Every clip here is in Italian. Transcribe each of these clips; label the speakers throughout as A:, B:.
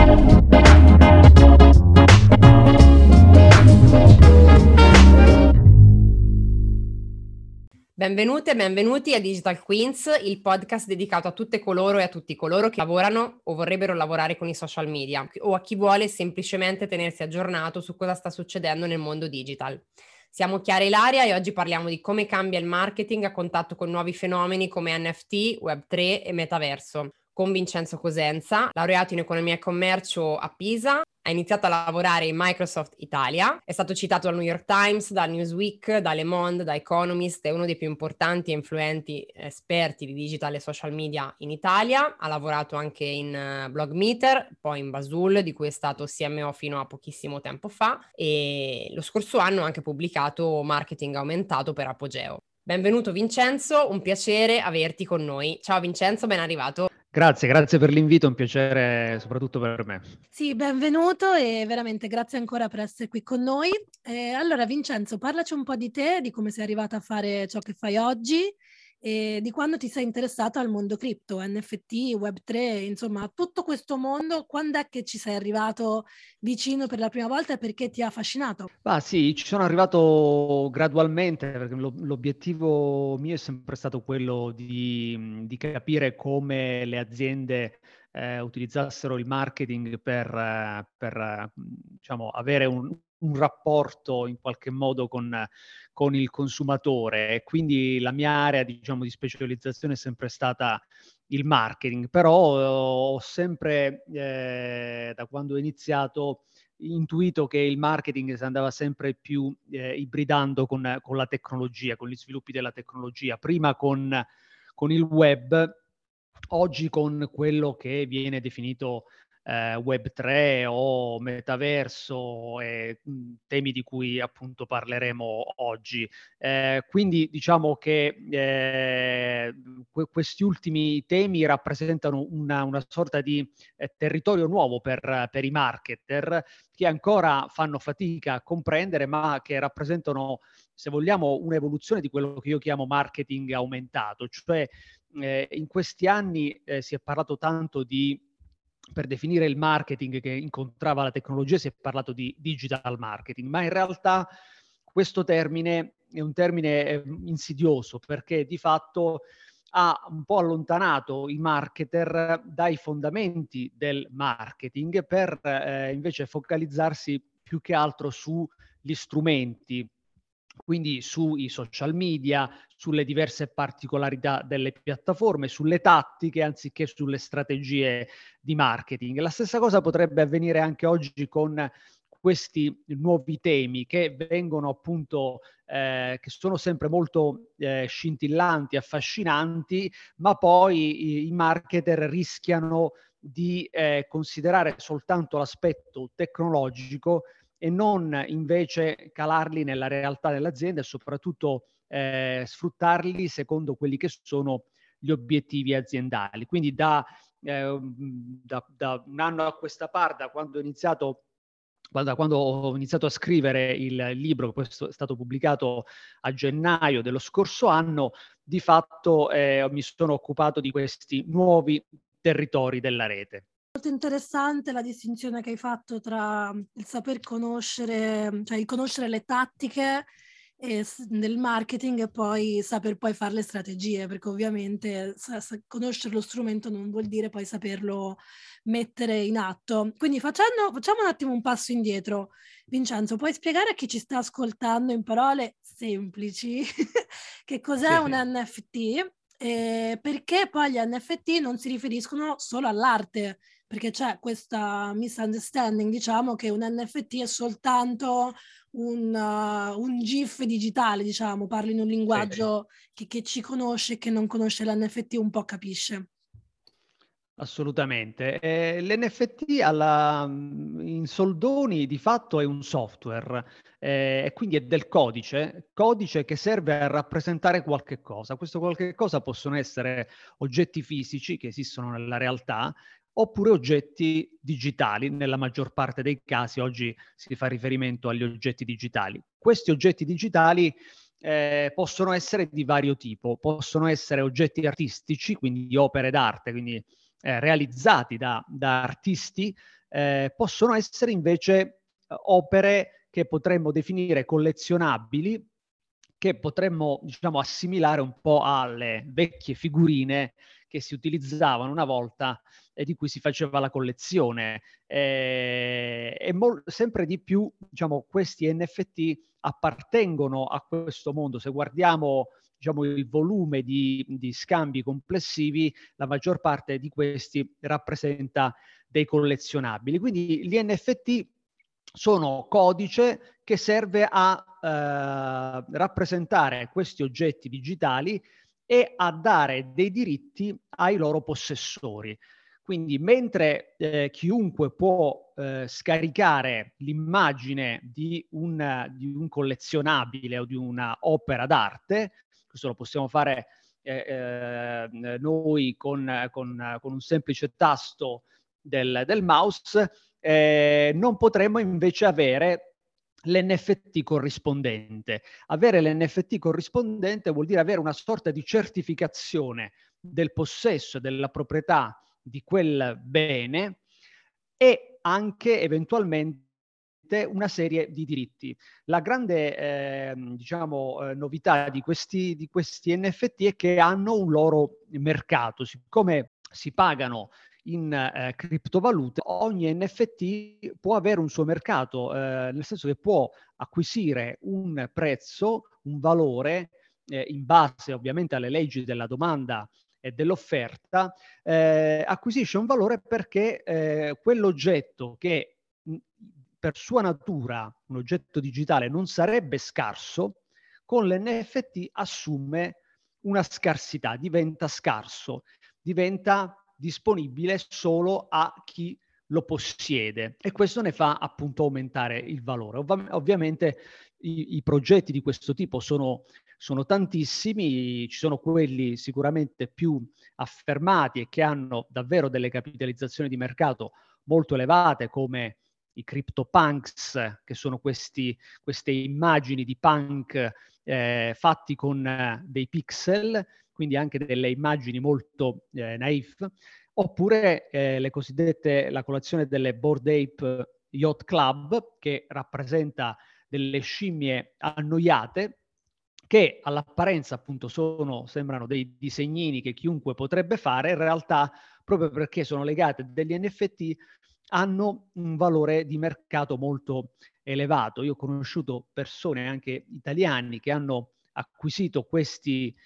A: Benvenute e benvenuti a Digital Queens, il podcast dedicato a tutte coloro e a tutti coloro che lavorano o vorrebbero lavorare con i social media o a chi vuole semplicemente tenersi aggiornato su cosa sta succedendo nel mondo digital. Siamo Chiara e Ilaria e oggi parliamo di come cambia il marketing a contatto con nuovi fenomeni come NFT, Web3 e metaverso. Con Vincenzo Cosenza, laureato in economia e commercio a Pisa. Ha iniziato a lavorare in Microsoft Italia, è stato citato dal New York Times, da Newsweek, da Le Monde, da Economist, è uno dei più importanti e influenti esperti di digital e social media in Italia, ha lavorato anche in Blogmeter, poi in Basul, di cui è stato CMO fino a pochissimo tempo fa, e lo scorso anno ha anche pubblicato Marketing Aumentato per Apogeo. Benvenuto Vincenzo, un piacere averti con noi. Ciao Vincenzo, ben arrivato.
B: Grazie per l'invito, è un piacere soprattutto per me.
C: Sì, benvenuto e veramente grazie ancora per essere qui con noi. Allora Vincenzo, parlaci un po' di te, di come sei arrivata a fare ciò che fai oggi e di quando ti sei interessato al mondo cripto, NFT, Web3, insomma tutto questo mondo, quando è che ci sei arrivato vicino per la prima volta e perché ti ha affascinato?
B: Sì, ci sono arrivato gradualmente perché l'obiettivo mio è sempre stato quello di capire come le aziende utilizzassero il marketing per diciamo, avere un rapporto in qualche modo con il consumatore, e quindi la mia area, diciamo, di specializzazione è sempre stata il marketing, però ho sempre, da quando ho iniziato, intuito che il marketing si andava sempre più ibridando con la tecnologia, con gli sviluppi della tecnologia, prima con il web, oggi con quello che viene definito Web3 o metaverso, temi di cui appunto parleremo oggi. Quindi diciamo che questi ultimi temi rappresentano una sorta di territorio nuovo per i marketer, che ancora fanno fatica a comprendere, ma che rappresentano, se vogliamo, un'evoluzione di quello che io chiamo marketing aumentato. Cioè in questi anni si è parlato tanto per definire il marketing che incontrava la tecnologia, si è parlato di digital marketing, ma in realtà questo termine è un termine insidioso, perché di fatto ha un po' allontanato i marketer dai fondamenti del marketing per invece focalizzarsi più che altro sugli strumenti, quindi sui social media, sulle diverse particolarità delle piattaforme, sulle tattiche anziché sulle strategie di marketing. La stessa cosa potrebbe avvenire anche oggi con questi nuovi temi che vengono appunto, che sono sempre molto scintillanti, affascinanti, ma poi i marketer rischiano di considerare soltanto l'aspetto tecnologico e non invece calarli nella realtà dell'azienda e soprattutto sfruttarli secondo quelli che sono gli obiettivi aziendali. Quindi da un anno a questa parte, da quando ho iniziato a scrivere il libro, che poi è stato pubblicato a gennaio dello scorso anno, di fatto mi sono occupato di questi nuovi territori della rete.
C: Molto interessante la distinzione che hai fatto tra il saper conoscere, cioè il conoscere le tattiche del marketing e poi saper poi fare le strategie, perché ovviamente conoscere lo strumento non vuol dire poi saperlo mettere in atto. Quindi facciamo un attimo un passo indietro. Vincenzo, puoi spiegare a chi ci sta ascoltando in parole semplici che cos'è un NFT? Perché poi gli NFT non si riferiscono solo all'arte, perché c'è questa misunderstanding, diciamo, che un NFT è soltanto un GIF digitale, diciamo, parli in un linguaggio che ci conosce e che non conosce l'NFT un po' capisce.
B: Assolutamente. L'NFT in soldoni di fatto è un software, e quindi è del codice che serve a rappresentare qualche cosa. Questo qualche cosa possono essere oggetti fisici che esistono nella realtà, oppure oggetti digitali. Nella maggior parte dei casi oggi si fa riferimento agli oggetti digitali. Questi oggetti digitali possono essere di vario tipo, possono essere oggetti artistici, quindi opere d'arte, quindi realizzati da artisti possono essere invece opere che potremmo definire collezionabili, che potremmo, diciamo, assimilare un po' alle vecchie figurine che si utilizzavano una volta e di cui si faceva la collezione. Sempre di più, diciamo, questi NFT appartengono a questo mondo. Se guardiamo, diciamo, il volume di scambi complessivi, la maggior parte di questi rappresenta dei collezionabili. Quindi gli NFT sono codice che serve a rappresentare questi oggetti digitali e a dare dei diritti ai loro possessori. Quindi mentre chiunque può scaricare l'immagine di un collezionabile o di una opera d'arte, questo lo possiamo fare noi con un semplice tasto del mouse, non potremmo invece avere l'NFT corrispondente. Avere l'NFT corrispondente vuol dire avere una sorta di certificazione del possesso e della proprietà di quel bene e anche eventualmente una serie di diritti. La grande novità di questi NFT è che hanno un loro mercato. Siccome si pagano in criptovalute, ogni NFT può avere un suo mercato, nel senso che può acquisire un prezzo, un valore, in base ovviamente alle leggi della domanda e dell'offerta, acquisisce un valore perché quell'oggetto che per sua natura, un oggetto digitale, non sarebbe scarso, con l'NFT assume una scarsità, diventa scarso, diventa disponibile solo a chi lo possiede, e questo ne fa appunto aumentare il valore. Ovviamente i progetti di questo tipo sono tantissimi, ci sono quelli sicuramente più affermati e che hanno davvero delle capitalizzazioni di mercato molto elevate, come i CryptoPunks, che sono queste immagini di punk fatti con dei pixel, quindi anche delle immagini molto naif, oppure la collezione delle Bored Ape Yacht Club, che rappresenta delle scimmie annoiate, che all'apparenza appunto sembrano dei disegnini che chiunque potrebbe fare, in realtà proprio perché sono legate degli NFT hanno un valore di mercato molto elevato. Io ho conosciuto persone, anche italiani, che hanno acquisito questi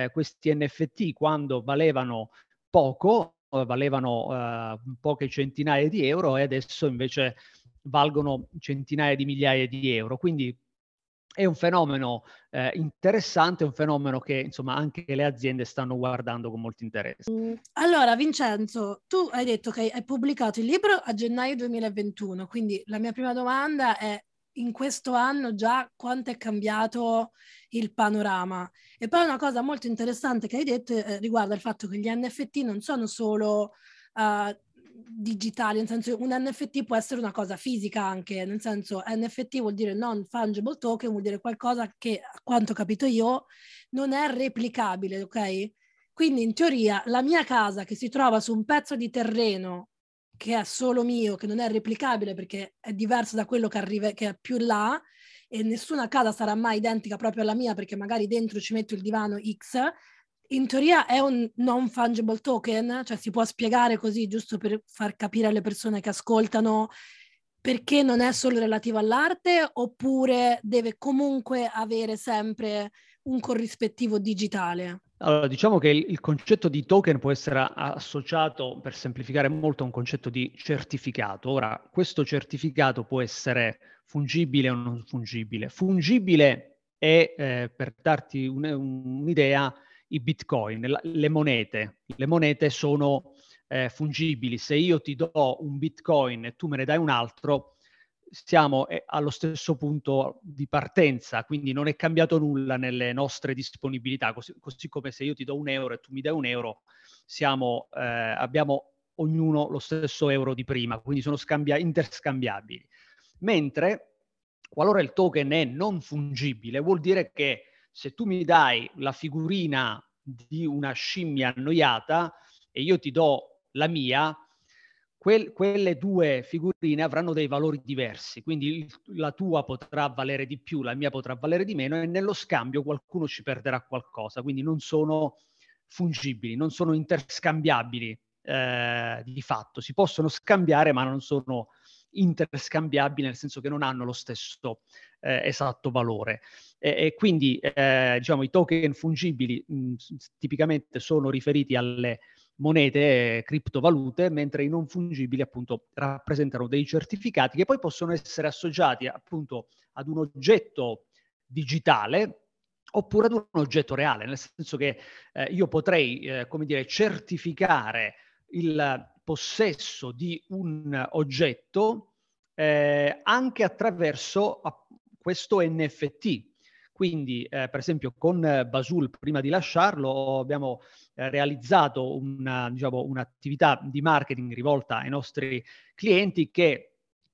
B: NFT quando valevano poco, valevano poche centinaia di euro, e adesso invece valgono centinaia di migliaia di euro. Quindi è un fenomeno interessante, un fenomeno che insomma anche le aziende stanno guardando con molto interesse.
C: Allora Vincenzo, tu hai detto che hai pubblicato il libro a gennaio 2021, quindi la mia prima domanda è: in questo anno già quanto è cambiato il panorama? E poi una cosa molto interessante che hai detto riguarda il fatto che gli NFT non sono solo digitali, nel senso un NFT può essere una cosa fisica anche, nel senso NFT vuol dire non fungible token, vuol dire qualcosa che, a quanto ho capito io, non è replicabile, ok? Quindi in teoria la mia casa che si trova su un pezzo di terreno che è solo mio, che non è replicabile perché è diverso da quello che è più là, e nessuna casa sarà mai identica proprio alla mia perché magari dentro ci metto il divano X, in teoria è un non fungible token, cioè si può spiegare così giusto per far capire alle persone che ascoltano perché non è solo relativo all'arte, oppure deve comunque avere sempre un corrispettivo digitale?
B: Allora, diciamo che il concetto di token può essere associato, per semplificare molto, a un concetto di certificato. Ora, questo certificato può essere fungibile o non fungibile. Fungibile è, per darti un'idea, i bitcoin, le monete. Le monete sono fungibili. Se io ti do un bitcoin e tu me ne dai un altro, siamo allo stesso punto di partenza, quindi non è cambiato nulla nelle nostre disponibilità, così come se io ti do un euro e tu mi dai un euro, abbiamo ognuno lo stesso euro di prima, quindi sono interscambiabili. Mentre, qualora il token è non fungibile, vuol dire che se tu mi dai la figurina di una scimmia annoiata e io ti do la mia, quelle due figurine avranno dei valori diversi, quindi la tua potrà valere di più, la mia potrà valere di meno, e nello scambio qualcuno ci perderà qualcosa, quindi non sono fungibili, non sono interscambiabili di fatto. Si possono scambiare, ma non sono interscambiabili, nel senso che non hanno lo stesso esatto valore. E quindi diciamo, i token fungibili tipicamente sono riferiti alle monete, criptovalute, mentre i non fungibili appunto rappresentano dei certificati che poi possono essere associati appunto ad un oggetto digitale oppure ad un oggetto reale, nel senso che io potrei, come dire, certificare il possesso di un oggetto anche attraverso questo NFT. Quindi, per esempio, con Basul, prima di lasciarlo, abbiamo realizzato diciamo, un'attività di marketing rivolta ai nostri clienti che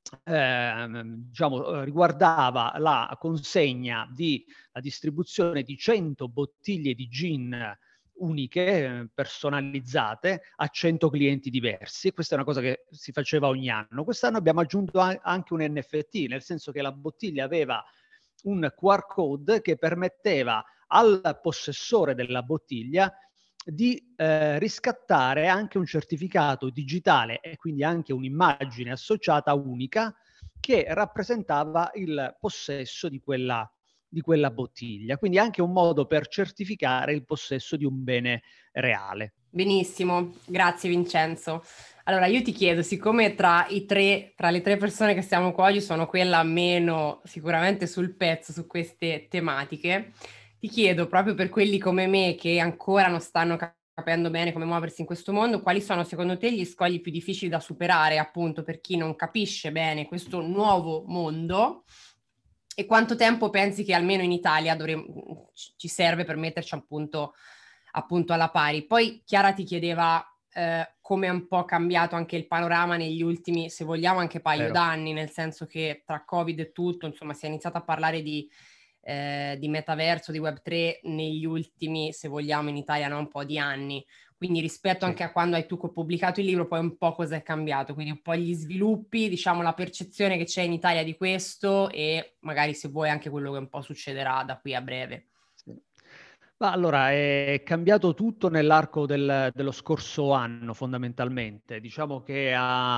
B: diciamo, riguardava la consegna la distribuzione di 100 bottiglie di gin uniche, personalizzate, a 100 clienti diversi. Questa è una cosa che si faceva ogni anno. Quest'anno abbiamo aggiunto anche un NFT, nel senso che la bottiglia aveva un QR code che permetteva al possessore della bottiglia di riscattare anche un certificato digitale e quindi anche un'immagine associata unica che rappresentava il possesso di quella bottiglia. Quindi anche un modo per certificare il possesso di un bene reale.
A: Benissimo, grazie Vincenzo. Allora io ti chiedo, siccome tra le tre persone che siamo qua oggi sono quella meno sicuramente sul pezzo su queste tematiche, ti chiedo proprio per quelli come me che ancora non stanno capendo bene come muoversi in questo mondo, quali sono secondo te gli scogli più difficili da superare appunto per chi non capisce bene questo nuovo mondo, e quanto tempo pensi che almeno in Italia ci serve per metterci appunto alla pari. Poi Chiara ti chiedeva come è un po' cambiato anche il panorama negli ultimi, se vogliamo, anche paio d'anni, nel senso che tra Covid e tutto, insomma, si è iniziato a parlare di metaverso, di Web3 negli ultimi, se vogliamo, in Italia, no? Un po' di anni. Quindi rispetto anche a quando hai tu pubblicato il libro, poi un po' cosa è cambiato, quindi un po' gli sviluppi, diciamo la percezione che c'è in Italia di questo e magari se vuoi anche quello che un po' succederà da qui a breve.
B: Ma allora, è cambiato tutto nell'arco dello scorso anno fondamentalmente. Diciamo che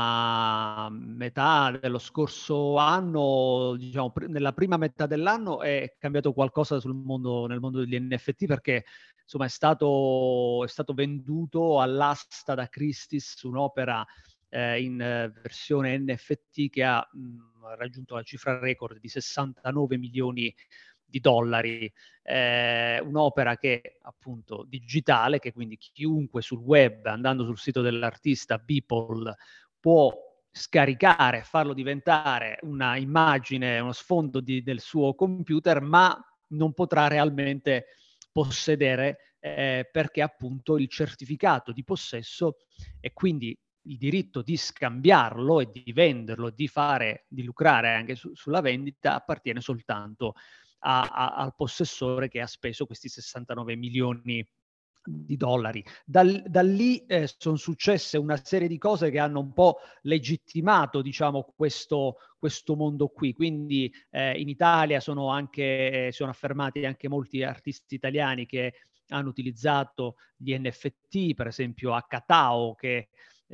B: a metà dello scorso anno, diciamo nella prima metà dell'anno, è cambiato qualcosa nel mondo degli NFT, perché insomma è stato venduto all'asta da Christie's un'opera in versione NFT che ha raggiunto la cifra record di 69 milioni di dollari, un'opera che appunto digitale, che quindi chiunque sul web, andando sul sito dell'artista Beeple, può scaricare, farlo diventare una immagine, uno sfondo del suo computer, ma non potrà realmente possedere perché appunto il certificato di possesso e quindi il diritto di scambiarlo e di venderlo, di lucrare anche sulla vendita appartiene soltanto al possessore che ha speso questi 69 milioni di dollari. Da lì sono successe una serie di cose che hanno un po' legittimato, diciamo, questo mondo qui. Quindi in Italia sono affermati anche molti artisti italiani che hanno utilizzato gli NFT, per esempio Akatao, che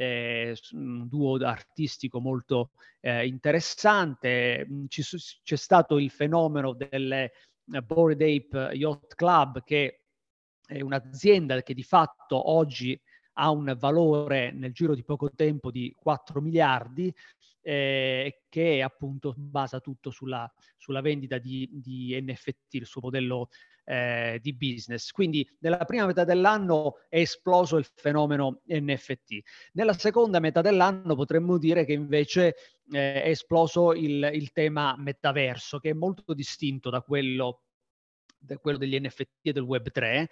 B: un duo artistico molto interessante. C'è stato il fenomeno delle Bored Ape Yacht Club, che è un'azienda che di fatto oggi ha un valore nel giro di poco tempo di 4 miliardi, che appunto basa tutto sulla vendita di NFT, il suo modello di business. Quindi nella prima metà dell'anno è esploso il fenomeno NFT. Nella seconda metà dell'anno potremmo dire che invece è esploso il tema metaverso, che è molto distinto da quello degli NFT e del Web3,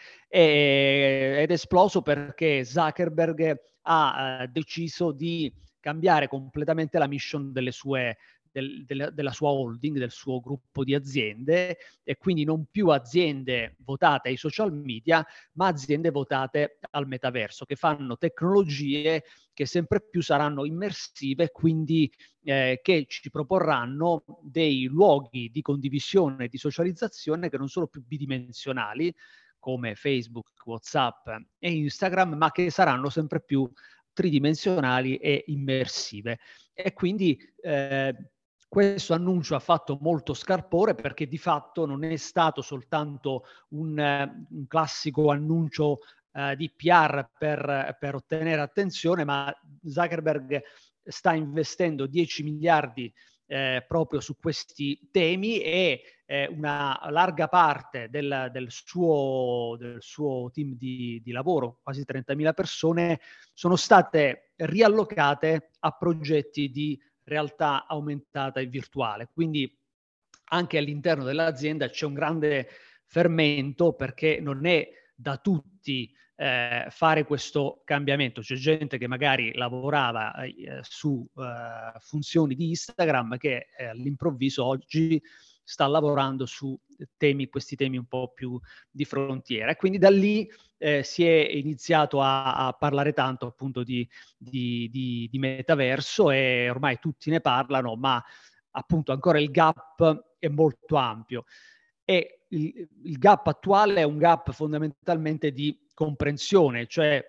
B: ed è esploso perché Zuckerberg ha deciso di cambiare completamente la mission delle sue della sua holding, del suo gruppo di aziende, e quindi non più aziende votate ai social media, ma aziende votate al metaverso, che fanno tecnologie che sempre più saranno immersive, quindi che ci proporranno dei luoghi di condivisione e di socializzazione che non sono più bidimensionali, come Facebook, WhatsApp e Instagram, ma che saranno sempre più tridimensionali e immersive. E quindi questo annuncio ha fatto molto scalpore, perché di fatto non è stato soltanto un classico annuncio di PR per ottenere attenzione, ma Zuckerberg sta investendo 10 miliardi proprio su questi temi, e una larga parte del suo team di lavoro, quasi 30.000 persone, sono state riallocate a progetti di realtà aumentata e virtuale. Quindi anche all'interno dell'azienda c'è un grande fermento, perché non è da tutti fare questo cambiamento. C'è gente che magari lavorava su funzioni di Instagram che all'improvviso oggi sta lavorando su questi temi un po' più di frontiera. E quindi da lì si è iniziato a parlare tanto appunto di metaverso, e ormai tutti ne parlano, ma appunto ancora il gap è molto ampio. E il gap attuale è un gap fondamentalmente di comprensione, cioè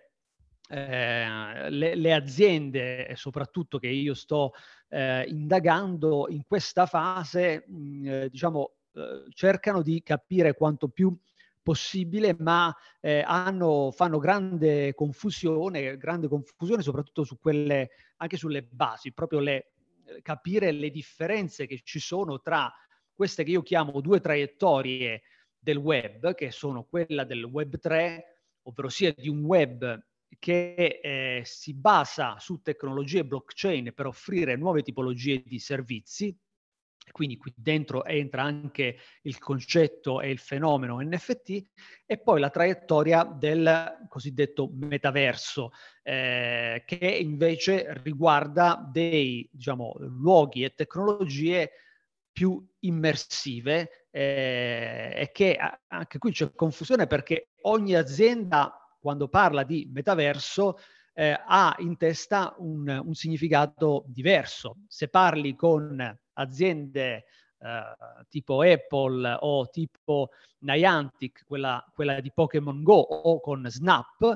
B: le aziende, e soprattutto che io sto indagando in questa fase, cercano di capire quanto più possibile, ma fanno grande confusione soprattutto su quelle, anche sulle basi, proprio capire le differenze che ci sono tra queste che io chiamo due traiettorie del web, che sono quella del web 3, ovvero sia di un web che si basa su tecnologie blockchain per offrire nuove tipologie di servizi. Quindi qui dentro entra anche il concetto e il fenomeno NFT, e poi la traiettoria del cosiddetto metaverso, che invece riguarda dei, luoghi e tecnologie più immersive, e che anche qui c'è confusione, perché ogni azienda, quando parla di metaverso, ha in testa un significato diverso. Se parli con aziende tipo Apple o tipo Niantic, quella di Pokémon Go, o con Snap,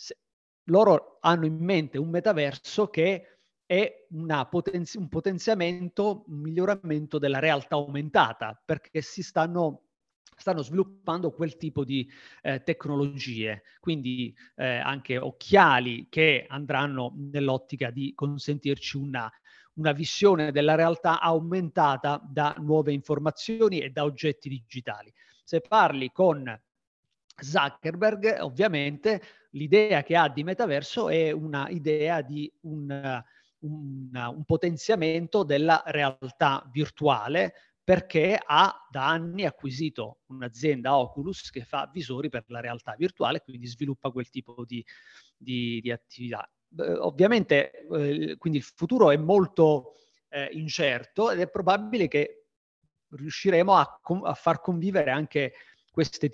B: loro hanno in mente un metaverso che è un potenziamento, un miglioramento della realtà aumentata, perché stanno sviluppando quel tipo di tecnologie, quindi anche occhiali che andranno nell'ottica di consentirci una visione della realtà aumentata da nuove informazioni e da oggetti digitali. Se parli con Zuckerberg, ovviamente l'idea che ha di metaverso è una idea di un potenziamento della realtà virtuale, perché ha da anni acquisito un'azienda, Oculus, che fa visori per la realtà virtuale, quindi sviluppa quel tipo di attività. Ovviamente quindi il futuro è molto incerto, ed è probabile che riusciremo a far convivere anche queste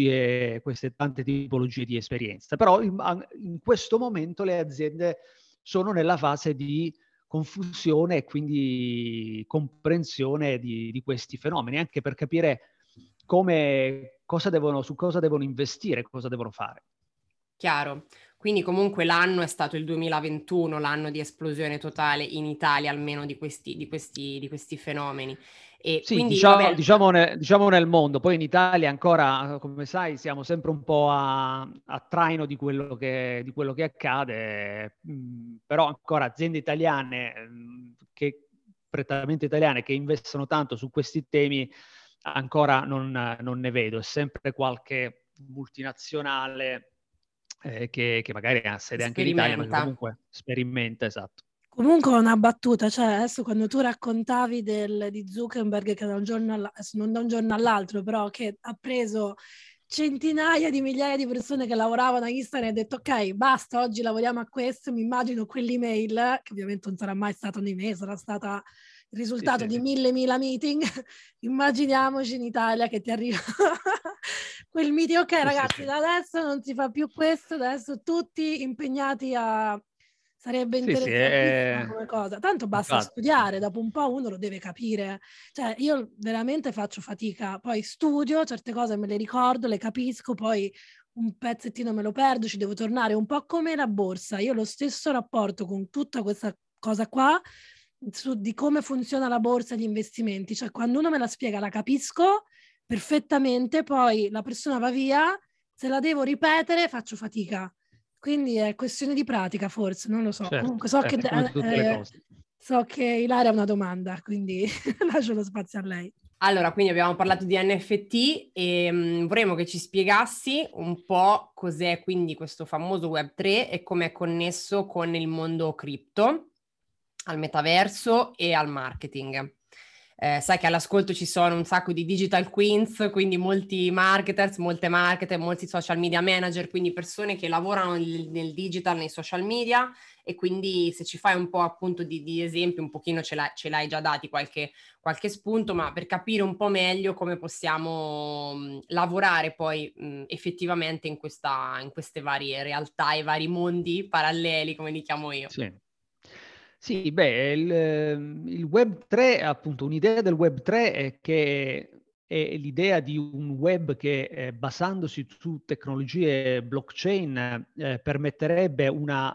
B: tante tipologie di esperienza. Però in questo momento le aziende sono nella fase di confusione e quindi comprensione di questi fenomeni, anche per capire su cosa devono investire, cosa devono fare.
A: Chiaro. Quindi comunque l'anno è stato il 2021, l'anno di esplosione totale in Italia, almeno di questi fenomeni. E
B: sì,
A: quindi,
B: diciamo nel mondo. Poi in Italia ancora, come sai, siamo sempre un po' a traino di quello che accade, però ancora aziende italiane, prettamente italiane, che investono tanto su questi temi, ancora non ne vedo. È sempre qualche multinazionale che magari ha sede anche in Italia, ma che comunque sperimenta, esatto.
C: Comunque una battuta, cioè adesso quando tu raccontavi di Zuckerberg che non da un giorno all'altro, però che ha preso centinaia di migliaia di persone che lavoravano a Instagram e ho detto ok, basta, oggi lavoriamo a questo. Mi immagino quell'email, che ovviamente non sarà mai stata un'email, sarà stata il risultato di mille meeting. Immaginiamoci in Italia che ti arriva quel meeting, ok ragazzi, da adesso non si fa più questo, adesso tutti impegnati a... Sarebbe interessantissima come cosa. Tanto basta
B: infatti,
C: studiare, dopo un po' uno lo deve capire. Cioè, io veramente faccio fatica, poi studio, certe cose me le ricordo, le capisco, poi un pezzettino me lo perdo, ci devo tornare, un po' come la borsa. Io ho lo stesso rapporto con tutta questa cosa qua, di come funziona la borsa e gli investimenti. Cioè, quando uno me la spiega, la capisco perfettamente, poi la persona va via, se la devo ripetere faccio fatica. Quindi è questione di pratica, forse, non lo so.
B: certo,
C: Comunque so che,
B: come tutte le cose.
C: so che Ilaria ha una domanda, quindi lascio lo spazio a lei.
A: Allora, quindi abbiamo parlato di NFT e vorremmo che ci spiegassi un po' cos'è quindi questo famoso Web3 e come è connesso con il mondo cripto, al metaverso e al marketing. Sai che all'ascolto ci sono un sacco di digital queens, quindi molti marketers, molte marketer, molti social media manager, quindi persone che lavorano nel digital, nei social media, e quindi se ci fai un po' appunto di esempi, un pochino ce l'hai già dati qualche spunto, ma per capire un po' meglio come possiamo lavorare poi effettivamente in queste varie realtà e vari mondi paralleli, come li chiamo io.
B: Sì. Sì, beh, il Web 3, appunto, un'idea del Web 3 è che è l'idea di un web che, basandosi su tecnologie blockchain, permetterebbe una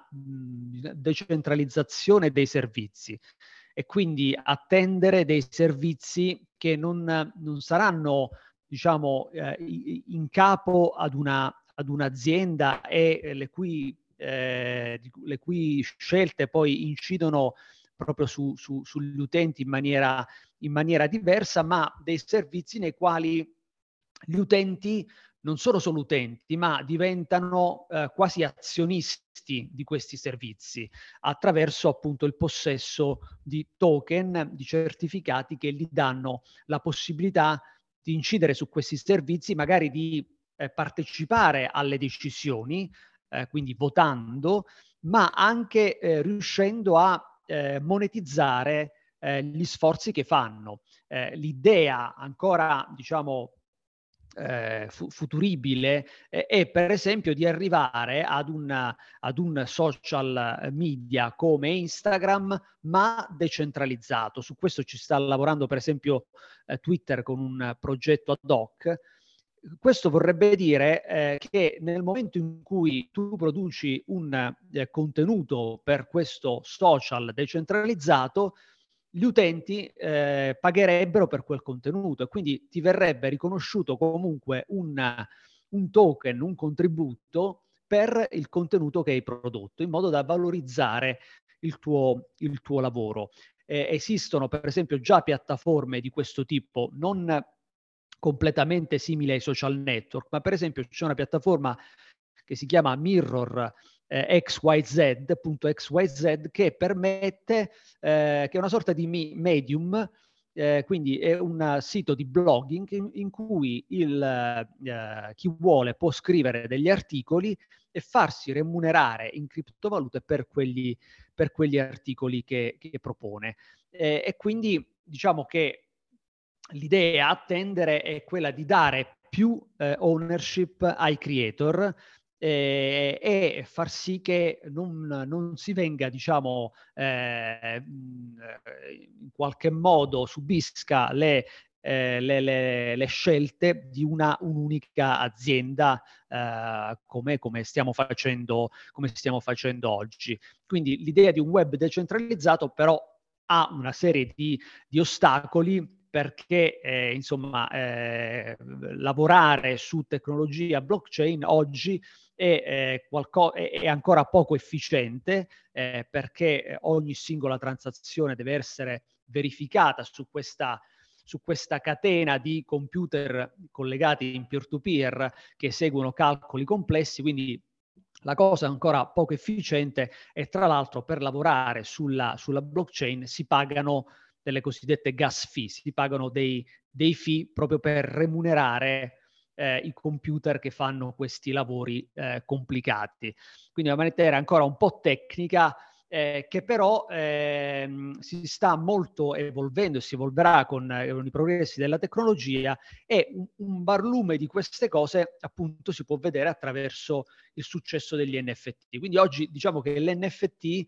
B: decentralizzazione dei servizi e quindi attendere dei servizi che non saranno, diciamo, in capo ad un'azienda e le cui scelte poi incidono proprio sugli utenti in maniera diversa, ma dei servizi nei quali gli utenti non sono solo utenti, ma diventano quasi azionisti di questi servizi attraverso appunto il possesso di token, di certificati che gli danno la possibilità di incidere su questi servizi, magari di partecipare alle decisioni, quindi votando, ma anche riuscendo a monetizzare gli sforzi che fanno. L'idea ancora, diciamo, futuribile è per esempio di arrivare ad un social media come Instagram, ma decentralizzato. Su questo ci sta lavorando per esempio Twitter con un progetto ad hoc. Questo vorrebbe dire che nel momento in cui tu produci un contenuto per questo social decentralizzato, gli utenti pagherebbero per quel contenuto e quindi ti verrebbe riconosciuto comunque un token, un contributo per il contenuto che hai prodotto, in modo da valorizzare il tuo lavoro. Esistono per esempio già piattaforme di questo tipo, non completamente simili ai social network, ma per esempio c'è una piattaforma che si chiama Mirror XYZ.xyz che permette, che è una sorta di medium, quindi è un sito di blogging in cui chi vuole può scrivere degli articoli e farsi remunerare in criptovalute per quegli articoli che propone. E quindi diciamo che l'idea a tendere è quella di dare più ownership ai creator e far sì che non si venga, diciamo, in qualche modo subisca le scelte di un'unica azienda come stiamo facendo oggi. Quindi l'idea di un web decentralizzato però ha una serie di ostacoli perché insomma lavorare su tecnologia blockchain oggi è ancora poco efficiente perché ogni singola transazione deve essere verificata su questa catena di computer collegati in peer-to-peer che eseguono calcoli complessi, quindi la cosa è ancora poco efficiente e tra l'altro per lavorare sulla blockchain si pagano delle cosiddette gas fee, si pagano dei fee proprio per remunerare i computer che fanno questi lavori complicati. Quindi è una materia ancora un po' tecnica, che però si sta molto evolvendo e si evolverà con i progressi della tecnologia, e un barlume di queste cose appunto si può vedere attraverso il successo degli NFT. Quindi oggi diciamo che l'NFT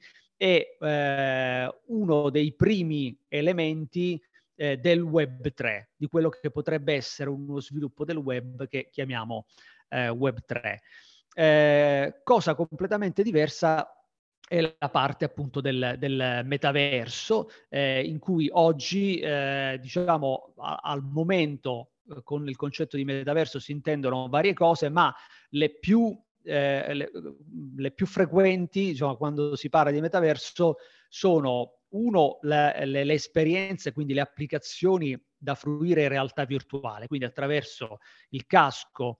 B: è uno dei primi elementi del Web 3, di quello che potrebbe essere uno sviluppo del web che chiamiamo Web 3. Cosa completamente diversa è la parte appunto del metaverso, in cui oggi, diciamo, al momento con il concetto di metaverso si intendono varie cose, ma le più frequenti, diciamo, quando si parla di metaverso, sono le esperienze, quindi le applicazioni da fruire in realtà virtuale, quindi attraverso il casco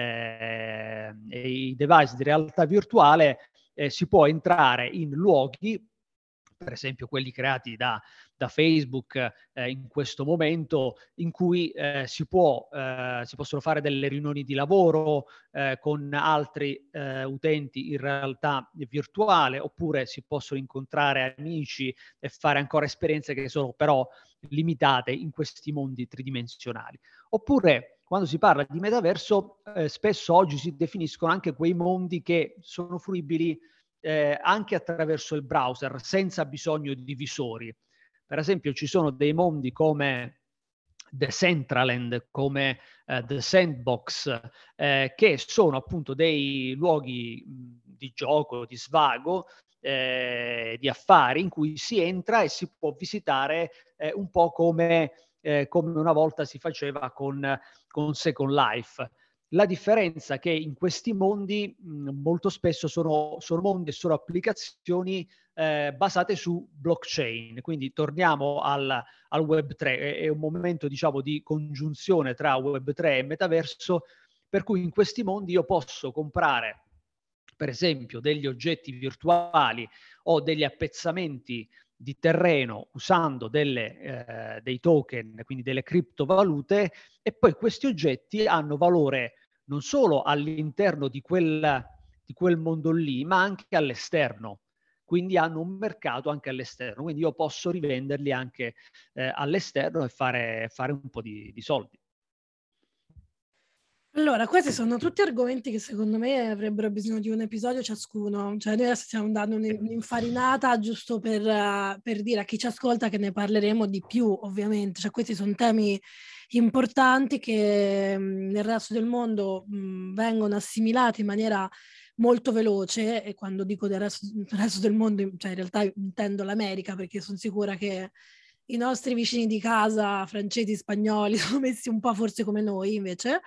B: e i device di realtà virtuale si può entrare in luoghi, per esempio quelli creati da Facebook in questo momento, in cui si possono fare delle riunioni di lavoro con altri utenti in realtà virtuale, oppure si possono incontrare amici e fare ancora esperienze che sono però limitate in questi mondi tridimensionali. Oppure, quando si parla di metaverso, spesso oggi si definiscono anche quei mondi che sono fruibili anche attraverso il browser, senza bisogno di visori. Per esempio, ci sono dei mondi come Decentraland, come The Sandbox, che sono appunto dei luoghi di gioco, di svago, di affari, in cui si entra e si può visitare un po' come una volta si faceva con Second Life. La differenza è che in questi mondi molto spesso sono mondi e sono applicazioni basate su blockchain. Quindi torniamo al Web 3, è un momento, diciamo, di congiunzione tra Web 3 e metaverso, per cui in questi mondi io posso comprare, per esempio, degli oggetti virtuali o degli appezzamenti di terreno usando dei token, quindi delle criptovalute, e poi questi oggetti hanno valore non solo all'interno di quel mondo lì, ma anche all'esterno. Quindi hanno un mercato anche all'esterno. Quindi io posso rivenderli anche all'esterno e fare un po' di soldi.
C: Allora, questi sono tutti argomenti che secondo me avrebbero bisogno di un episodio ciascuno. Cioè, noi adesso stiamo dando un'infarinata giusto per dire a chi ci ascolta che ne parleremo di più, ovviamente. Cioè, questi sono temi importanti che nel resto del mondo vengono assimilati in maniera molto veloce, e quando dico del resto del mondo, cioè in realtà intendo l'America, perché sono sicura che i nostri vicini di casa, francesi, spagnoli, sono messi un po' forse come noi invece.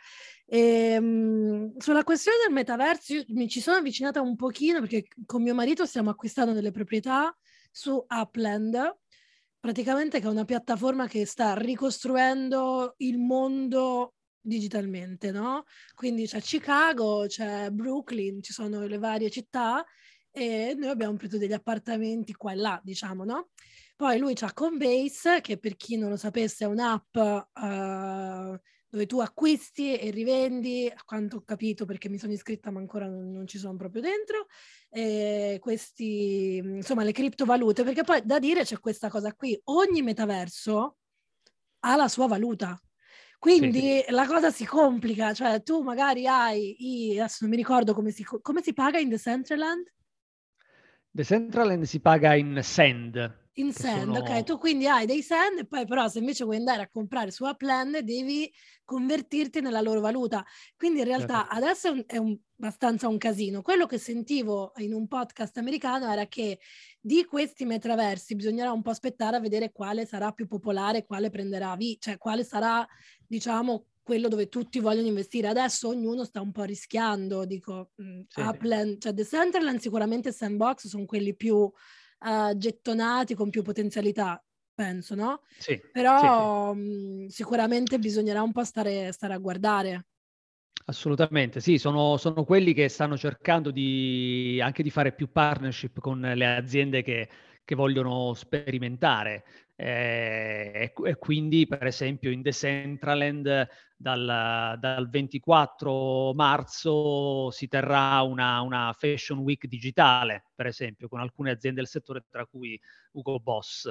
C: Sulla questione del metaverso io mi ci sono avvicinata un pochino, perché con mio marito stiamo acquistando delle proprietà su Upland, praticamente, che è una piattaforma che sta ricostruendo il mondo digitalmente, no? Quindi c'è Chicago, c'è Brooklyn, ci sono le varie città, e noi abbiamo preso degli appartamenti qua e là, diciamo, no? Poi lui c'ha Coinbase, che per chi non lo sapesse è un'app dove tu acquisti e rivendi, a quanto ho capito, perché mi sono iscritta ma ancora non ci sono proprio dentro, questi, insomma, le criptovalute, perché poi da dire c'è questa cosa qui: ogni metaverso ha la sua valuta. Quindi la cosa si complica, cioè tu magari adesso non mi ricordo come si paga in Decentraland?
B: Decentraland si paga in Sand.
C: In Sand, ok, tu quindi hai dei Sand, e poi però se invece vuoi andare a comprare su Upland devi convertirti nella loro valuta. Quindi in realtà adesso è abbastanza un casino. Quello che sentivo in un podcast americano era che di questi metaversi bisognerà un po' aspettare a vedere quale sarà più popolare, quale prenderà cioè quale sarà, diciamo, quello dove tutti vogliono investire. Adesso ognuno sta un po' rischiando, dico, Upland, cioè Decentraland sicuramente, Sandbox sono quelli più gettonati, con più potenzialità, penso, no?
B: Sì.
C: Però sicuramente bisognerà un po' stare a guardare.
B: Assolutamente, sì, sono quelli che stanno cercando anche di fare più partnership con le aziende che vogliono sperimentare. E quindi, per esempio, in Decentraland dal 24 marzo si terrà una Fashion Week digitale, per esempio, con alcune aziende del settore, tra cui Hugo Boss.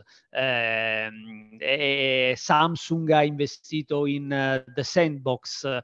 B: E Samsung ha investito in The Sandbox,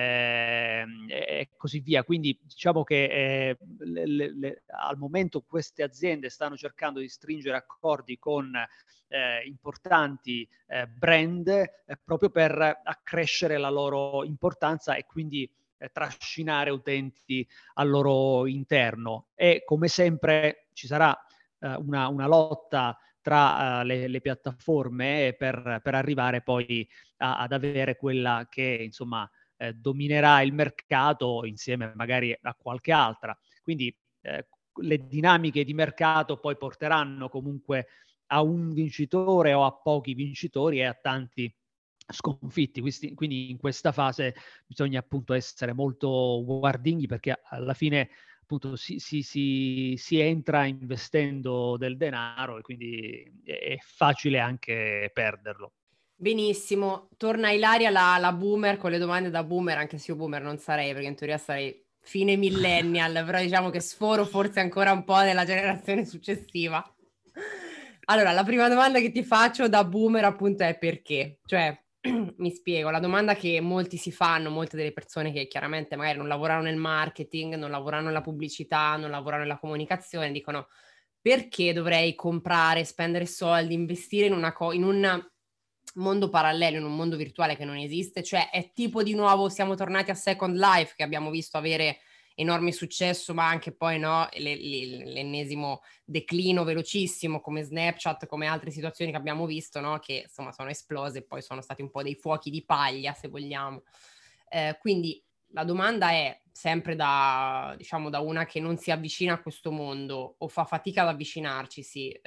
B: e così via. Quindi diciamo che al momento queste aziende stanno cercando di stringere accordi con importanti brand proprio per accrescere la loro importanza e quindi trascinare utenti al loro interno. E come sempre ci sarà una lotta tra le piattaforme per arrivare poi ad avere quella che insomma dominerà il mercato insieme magari a qualche altra. Quindi le dinamiche di mercato poi porteranno comunque a un vincitore o a pochi vincitori e a tanti sconfitti. Quindi in questa fase bisogna appunto essere molto guardinghi, perché alla fine appunto si entra investendo del denaro e quindi è facile anche perderlo.
A: Benissimo, torna Ilaria la boomer con le domande da boomer, anche se io boomer non sarei, perché in teoria sarei fine millennial, però diciamo che sforo forse ancora un po' nella generazione successiva. Allora, la prima domanda che ti faccio da boomer appunto è perché? Cioè, mi spiego, la domanda che molti si fanno, molte delle persone che chiaramente magari non lavorano nel marketing, non lavorano nella pubblicità, non lavorano nella comunicazione, dicono perché dovrei comprare, spendere soldi, investire in un mondo parallelo, in un mondo virtuale che non esiste, cioè è tipo di nuovo siamo tornati a Second Life che abbiamo visto avere enorme successo, ma anche poi no, l'ennesimo declino velocissimo come Snapchat, come altre situazioni che abbiamo visto, no, che insomma sono esplose e poi sono stati un po' dei fuochi di paglia, se vogliamo. Quindi la domanda è sempre diciamo, da una che non si avvicina a questo mondo o fa fatica ad avvicinarci, sì.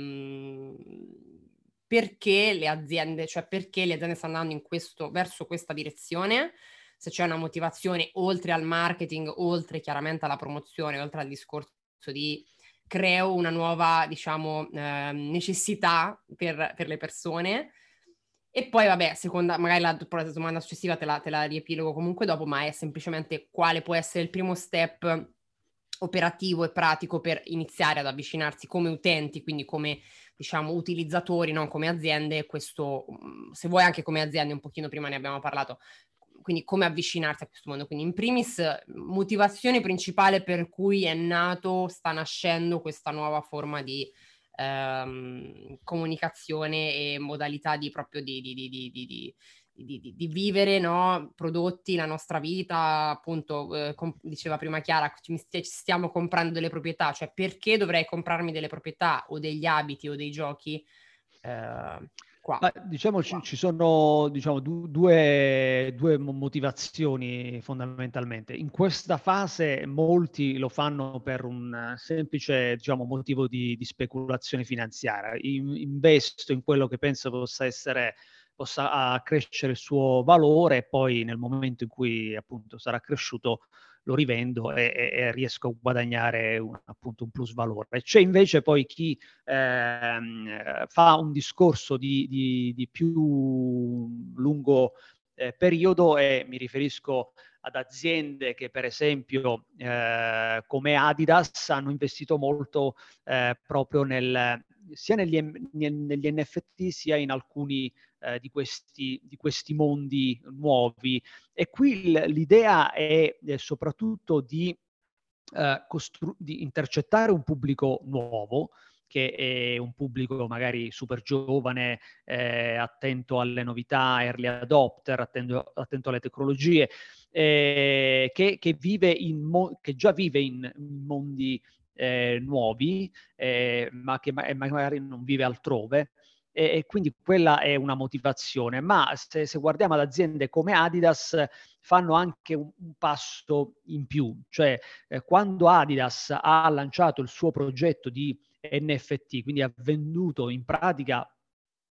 A: Perché le aziende stanno andando verso questa direzione? Se c'è una motivazione oltre al marketing, oltre chiaramente alla promozione, oltre al discorso di creo una nuova, diciamo, necessità per le persone. E poi, vabbè, magari la domanda successiva te la riepilogo comunque dopo, ma è semplicemente quale può essere il primo step operativo e pratico per iniziare ad avvicinarsi come utenti, quindi come, diciamo, utilizzatori, non come aziende. Questo, se vuoi anche come aziende, un pochino prima ne abbiamo parlato, quindi come avvicinarsi a questo mondo. Quindi in primis, motivazione principale per cui sta nascendo questa nuova forma di comunicazione e modalità di vivere, no? Prodotti, la nostra vita, appunto, diceva prima Chiara, ci stiamo comprando delle proprietà, cioè perché dovrei comprarmi delle proprietà o degli abiti o dei giochi qua?
B: Ma, diciamo, ci sono diciamo, due motivazioni fondamentalmente. In questa fase molti lo fanno per un semplice, diciamo, motivo di speculazione finanziaria. Investo in quello che penso possa accrescere il suo valore e poi nel momento in cui appunto sarà cresciuto lo rivendo e riesco a guadagnare appunto un plus valore. C'è invece poi chi fa un discorso di più lungo periodo, e mi riferisco ad aziende che per esempio come Adidas hanno investito molto proprio sia negli NFT sia in alcuni di questi mondi nuovi. E qui l'idea è soprattutto di intercettare un pubblico nuovo, che è un pubblico magari super giovane, attento alle novità, early adopter, attento alle tecnologie, che già vive in mondi nuovi, ma che magari non vive altrove. E quindi quella è una motivazione. Ma se guardiamo ad aziende come Adidas, fanno anche un passo in più. Cioè, quando Adidas ha lanciato il suo progetto di NFT, quindi ha venduto in pratica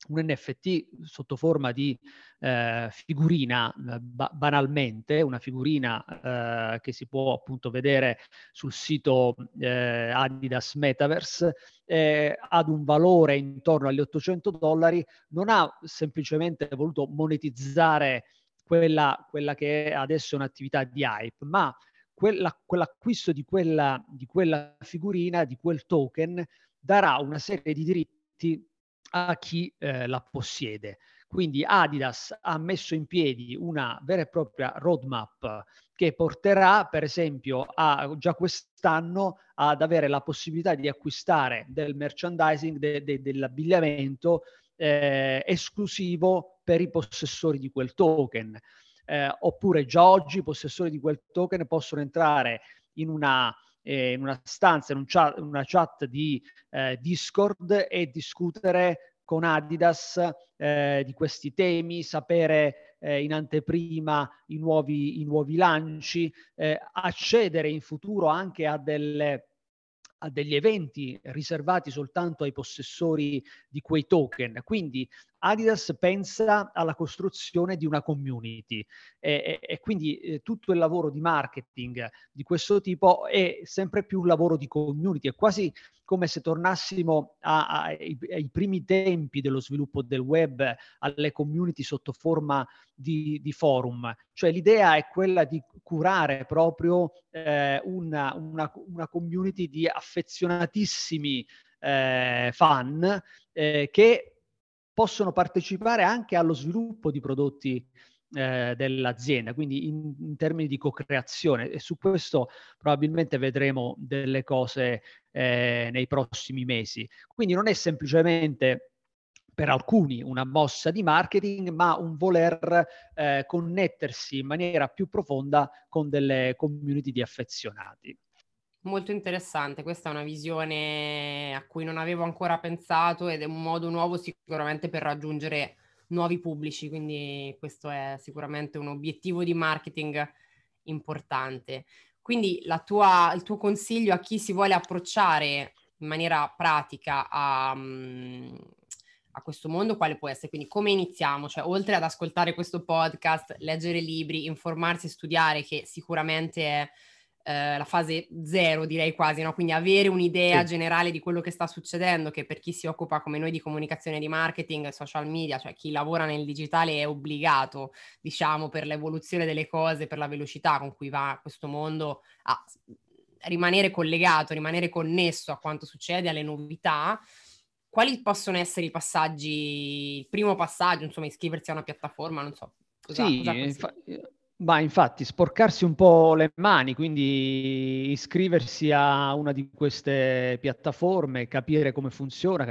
B: un NFT sotto forma di figurina, banalmente, una figurina che si può appunto vedere sul sito Adidas Metaverse, ad un valore intorno agli $800, non ha semplicemente voluto monetizzare quella che è adesso un'attività di hype, ma quell'acquisto di quella figurina, di quel token, darà una serie di diritti a chi la possiede. Quindi Adidas ha messo in piedi una vera e propria roadmap che porterà, per esempio, già quest'anno ad avere la possibilità di acquistare del merchandising, dell'abbigliamento esclusivo per i possessori di quel token. Oppure già oggi i possessori di quel token possono entrare in una stanza, in una chat di Discord e discutere con Adidas di questi temi, sapere in anteprima i nuovi lanci, accedere in futuro anche a degli eventi riservati soltanto ai possessori di quei token. Quindi Adidas pensa alla costruzione di una community e quindi tutto il lavoro di marketing di questo tipo è sempre più un lavoro di community, è quasi come se tornassimo ai primi tempi dello sviluppo del web, alle community sotto forma di forum. Cioè l'idea è quella di curare proprio una community di affezionatissimi fan che possono partecipare anche allo sviluppo di prodotti dell'azienda, quindi in termini di co-creazione, e su questo probabilmente vedremo delle cose nei prossimi mesi. Quindi non è semplicemente per alcuni una mossa di marketing, ma un voler connettersi in maniera più profonda con delle community di affezionati.
A: Molto interessante, questa è una visione a cui non avevo ancora pensato ed è un modo nuovo sicuramente per raggiungere nuovi pubblici, quindi questo è sicuramente un obiettivo di marketing importante. Quindi il tuo consiglio a chi si vuole approcciare in maniera pratica a questo mondo, quale può essere? Quindi come iniziamo? Cioè, oltre ad ascoltare questo podcast, leggere libri, informarsi, studiare, che sicuramente è la fase zero, direi quasi, no? Quindi avere un'idea generale di quello che sta succedendo, che per chi si occupa come noi di comunicazione, di marketing, social media, cioè chi lavora nel digitale è obbligato, diciamo, per l'evoluzione delle cose, per la velocità con cui va questo mondo, a rimanere collegato, rimanere connesso a quanto succede, alle novità. Quali possono essere i passaggi, il primo passaggio, insomma, iscriversi a una piattaforma, non so, cosa consigli?
B: Ma infatti sporcarsi un po' le mani, quindi iscriversi a una di queste piattaforme, capire come funziona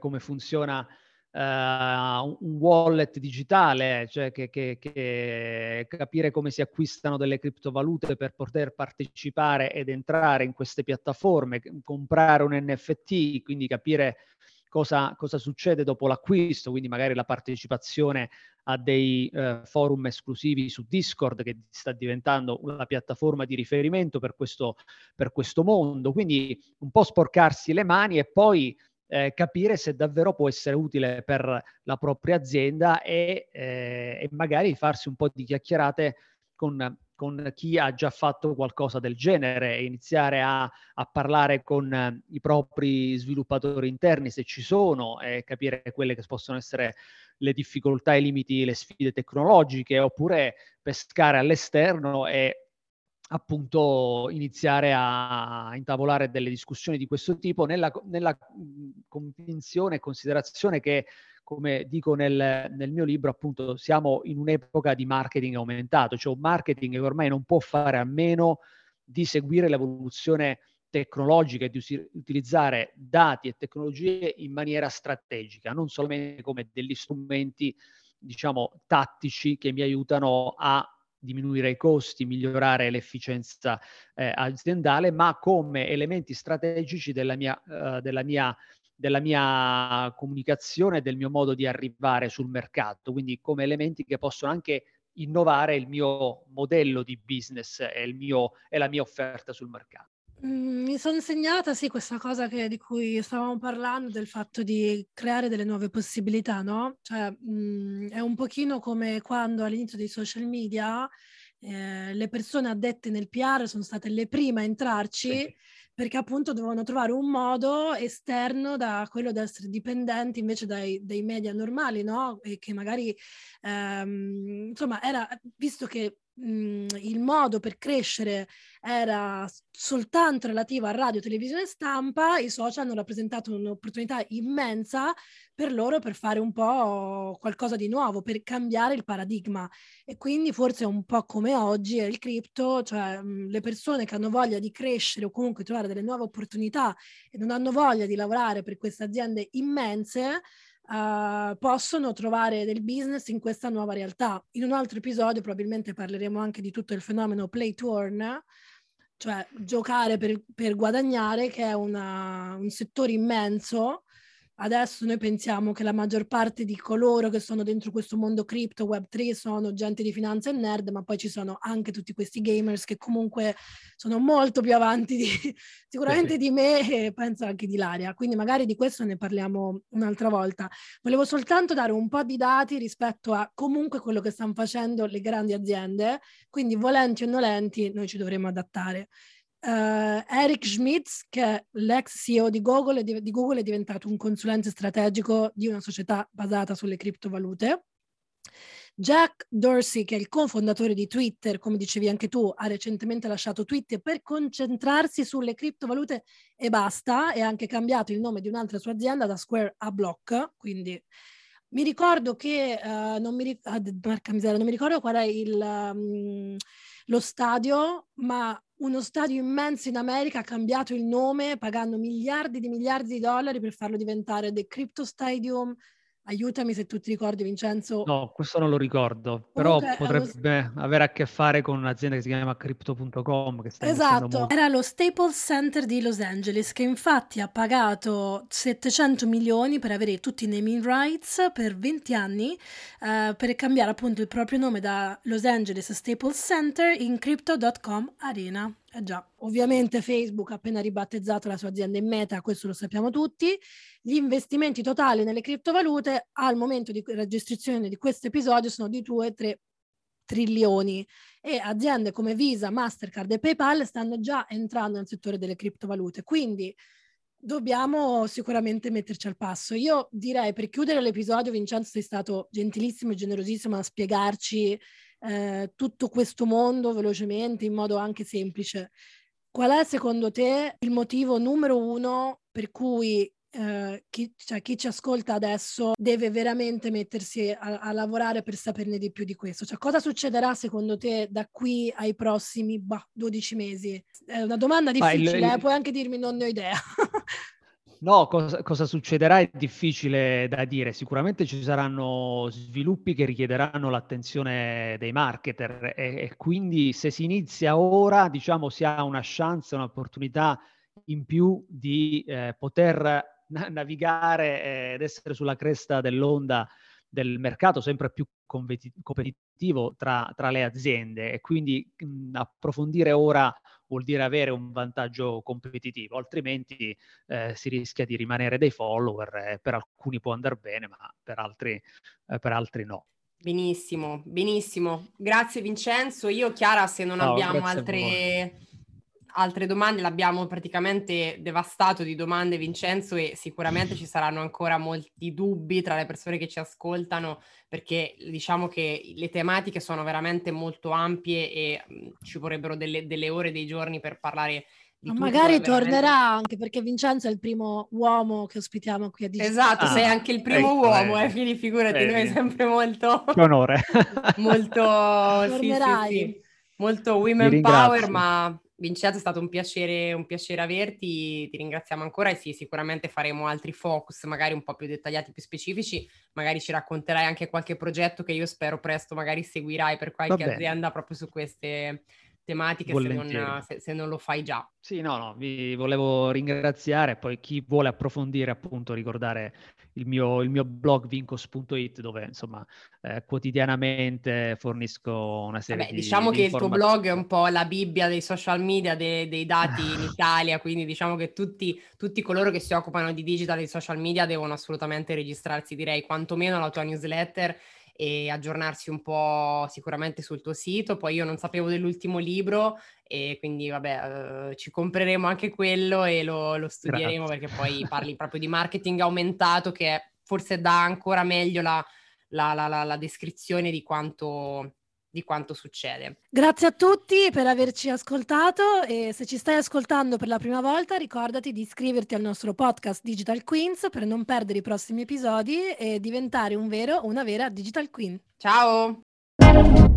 B: un wallet digitale, cioè che capire come si acquistano delle criptovalute per poter partecipare ed entrare in queste piattaforme, comprare un NFT, quindi capire cosa succede dopo l'acquisto, quindi magari la partecipazione a dei forum esclusivi su Discord, che sta diventando una piattaforma di riferimento per questo mondo. Quindi un po' sporcarsi le mani e poi capire se davvero può essere utile per la propria azienda e magari farsi un po' di chiacchierate con chi ha già fatto qualcosa del genere e iniziare a parlare con i propri sviluppatori interni, se ci sono, e capire quelle che possono essere le difficoltà, i limiti, le sfide tecnologiche, oppure pescare all'esterno e appunto iniziare a intavolare delle discussioni di questo tipo nella convinzione e considerazione che, come dico nel mio libro, appunto siamo in un'epoca di marketing aumentato, cioè un marketing che ormai non può fare a meno di seguire l'evoluzione tecnologica e di utilizzare dati e tecnologie in maniera strategica, non solamente come degli strumenti, diciamo, tattici che mi aiutano a diminuire i costi, migliorare l'efficienza aziendale, ma come elementi strategici della mia comunicazione, del mio modo di arrivare sul mercato, quindi come elementi che possono anche innovare il mio modello di business e la mia offerta sul mercato.
C: Mi sono insegnata, sì, questa cosa di cui stavamo parlando, del fatto di creare delle nuove possibilità, no? Cioè, è un pochino come quando all'inizio dei social media le persone addette nel PR sono state le prime a entrarci,
B: Sì.
C: perché appunto dovevano trovare un modo esterno da quello di essere dipendenti invece dai media normali, no? E che magari, insomma, era visto che il modo per crescere era soltanto relativa a radio, televisione e stampa, i social hanno rappresentato un'opportunità immensa per loro per fare un po' qualcosa di nuovo, per cambiare il paradigma. E quindi forse è un po' come oggi è il cripto, cioè le persone che hanno voglia di crescere o comunque trovare delle nuove opportunità e non hanno voglia di lavorare per queste aziende immense, possono trovare del business in questa nuova realtà. In un altro episodio probabilmente parleremo anche di tutto il fenomeno play to earn, cioè giocare per guadagnare, che è un settore immenso. Adesso noi pensiamo che la maggior parte di coloro che sono dentro questo mondo cripto, Web3, sono gente di finanza e nerd, ma poi ci sono anche tutti questi gamers che comunque sono molto più avanti sicuramente di me e penso anche di Ilaria. Quindi magari di questo ne parliamo un'altra volta. Volevo soltanto dare un po' di dati rispetto a comunque quello che stanno facendo le grandi aziende, quindi volenti o nolenti noi ci dovremo adattare. Eric Schmidt, che è l'ex CEO di Google, è diventato un consulente strategico di una società basata sulle criptovalute. Jack Dorsey, che è il cofondatore di Twitter, come dicevi anche tu, ha recentemente lasciato Twitter per concentrarsi sulle criptovalute e basta, e ha anche cambiato il nome di un'altra sua azienda da Square a Block, quindi mi ricordo che non mi ricordo qual è lo stadio, ma uno stadio immenso in America ha cambiato il nome pagando miliardi di dollari per farlo diventare The Crypto Stadium. Aiutami se tu ti ricordi, Vincenzo.
B: No, questo non lo ricordo, però
C: Comunque è uno...
B: potrebbe avere a che fare con un'azienda che si chiama Crypto.com che sta investendo
C: Esatto,
B: molto.
C: era lo Staples Center di Los Angeles, che infatti ha pagato 700 milioni per avere tutti i naming rights per 20 anni, per cambiare appunto il proprio nome da Los Angeles Staples Center in Crypto.com Arena. Già, ovviamente Facebook ha appena ribattezzato la sua azienda in Meta, questo lo sappiamo tutti. Gli investimenti totali nelle criptovalute al momento di registrazione di questo episodio sono di 2-3 trilioni, e aziende come Visa, Mastercard e PayPal stanno già entrando nel settore delle criptovalute, quindi dobbiamo sicuramente metterci al passo. Io direi, per chiudere l'episodio, Vincenzo, sei stato gentilissimo e generosissimo a spiegarci tutto questo mondo velocemente, in modo anche semplice. Qual è secondo te il motivo numero uno per cui chi ci ascolta adesso deve veramente mettersi a lavorare per saperne di più di questo? Cioè, cosa succederà secondo te da qui ai prossimi 12 mesi? È una domanda difficile, puoi anche dirmi non ne ho idea.
B: No, cosa succederà è difficile da dire. Sicuramente ci saranno sviluppi che richiederanno l'attenzione dei marketer e quindi se si inizia ora, diciamo, si ha una chance, un'opportunità in più di poter navigare ed essere sulla cresta dell'onda del mercato sempre più competitivo tra le aziende, e quindi approfondire ora vuol dire avere un vantaggio competitivo, altrimenti si rischia di rimanere dei follower. Per alcuni può andare bene, ma per altri no.
A: Benissimo, benissimo. Grazie Vincenzo. Io, Chiara, se non
B: No,
A: abbiamo
B: grazie a voi.
A: altre domande, l'abbiamo praticamente devastato di domande, Vincenzo, e sicuramente ci saranno ancora molti dubbi tra le persone che ci ascoltano, perché diciamo che le tematiche sono veramente molto ampie e ci vorrebbero delle ore, dei giorni per parlare di tutto.
C: Magari
A: Veramente...
C: tornerà, anche perché Vincenzo è il primo uomo che ospitiamo qui a Digital.
A: Esatto, sei anche il primo
B: ecco,
A: uomo, quindi figurati, noi sempre molto...
B: Che onore.
A: molto, sì, sì,
C: Tornerai.
A: sì, molto
B: Vi
A: women power,
B: ringrazio.
A: ma Vincenzo è stato un piacere averti, ti ringraziamo ancora e sì, sicuramente faremo altri focus, magari un po' più dettagliati, più specifici, magari ci racconterai anche qualche progetto che io spero presto magari seguirai per
B: Va
A: qualche
B: bene.
A: azienda proprio su queste tematiche se non lo fai già.
B: Sì, no, vi volevo ringraziare, poi chi vuole approfondire appunto ricordare il mio blog vincos.it dove insomma quotidianamente fornisco una serie
A: diciamo
B: di
A: che il tuo
B: informazioni.
A: blog è un po' la Bibbia dei social media, dei dati in Italia, quindi diciamo che tutti coloro che si occupano di digital e di social media devono assolutamente registrarsi, direi, quantomeno alla tua newsletter e aggiornarsi un po' sicuramente sul tuo sito. Poi io non sapevo dell'ultimo libro e quindi ci compreremo anche quello e lo studieremo.
B: Grazie.
A: Perché poi parli proprio di marketing aumentato, che forse dà ancora meglio la descrizione di quanto succede.
C: Grazie a tutti per averci ascoltato e se ci stai ascoltando per la prima volta ricordati di iscriverti al nostro podcast Digital Queens per non perdere i prossimi episodi e diventare un vero o una vera Digital Queen.
A: Ciao!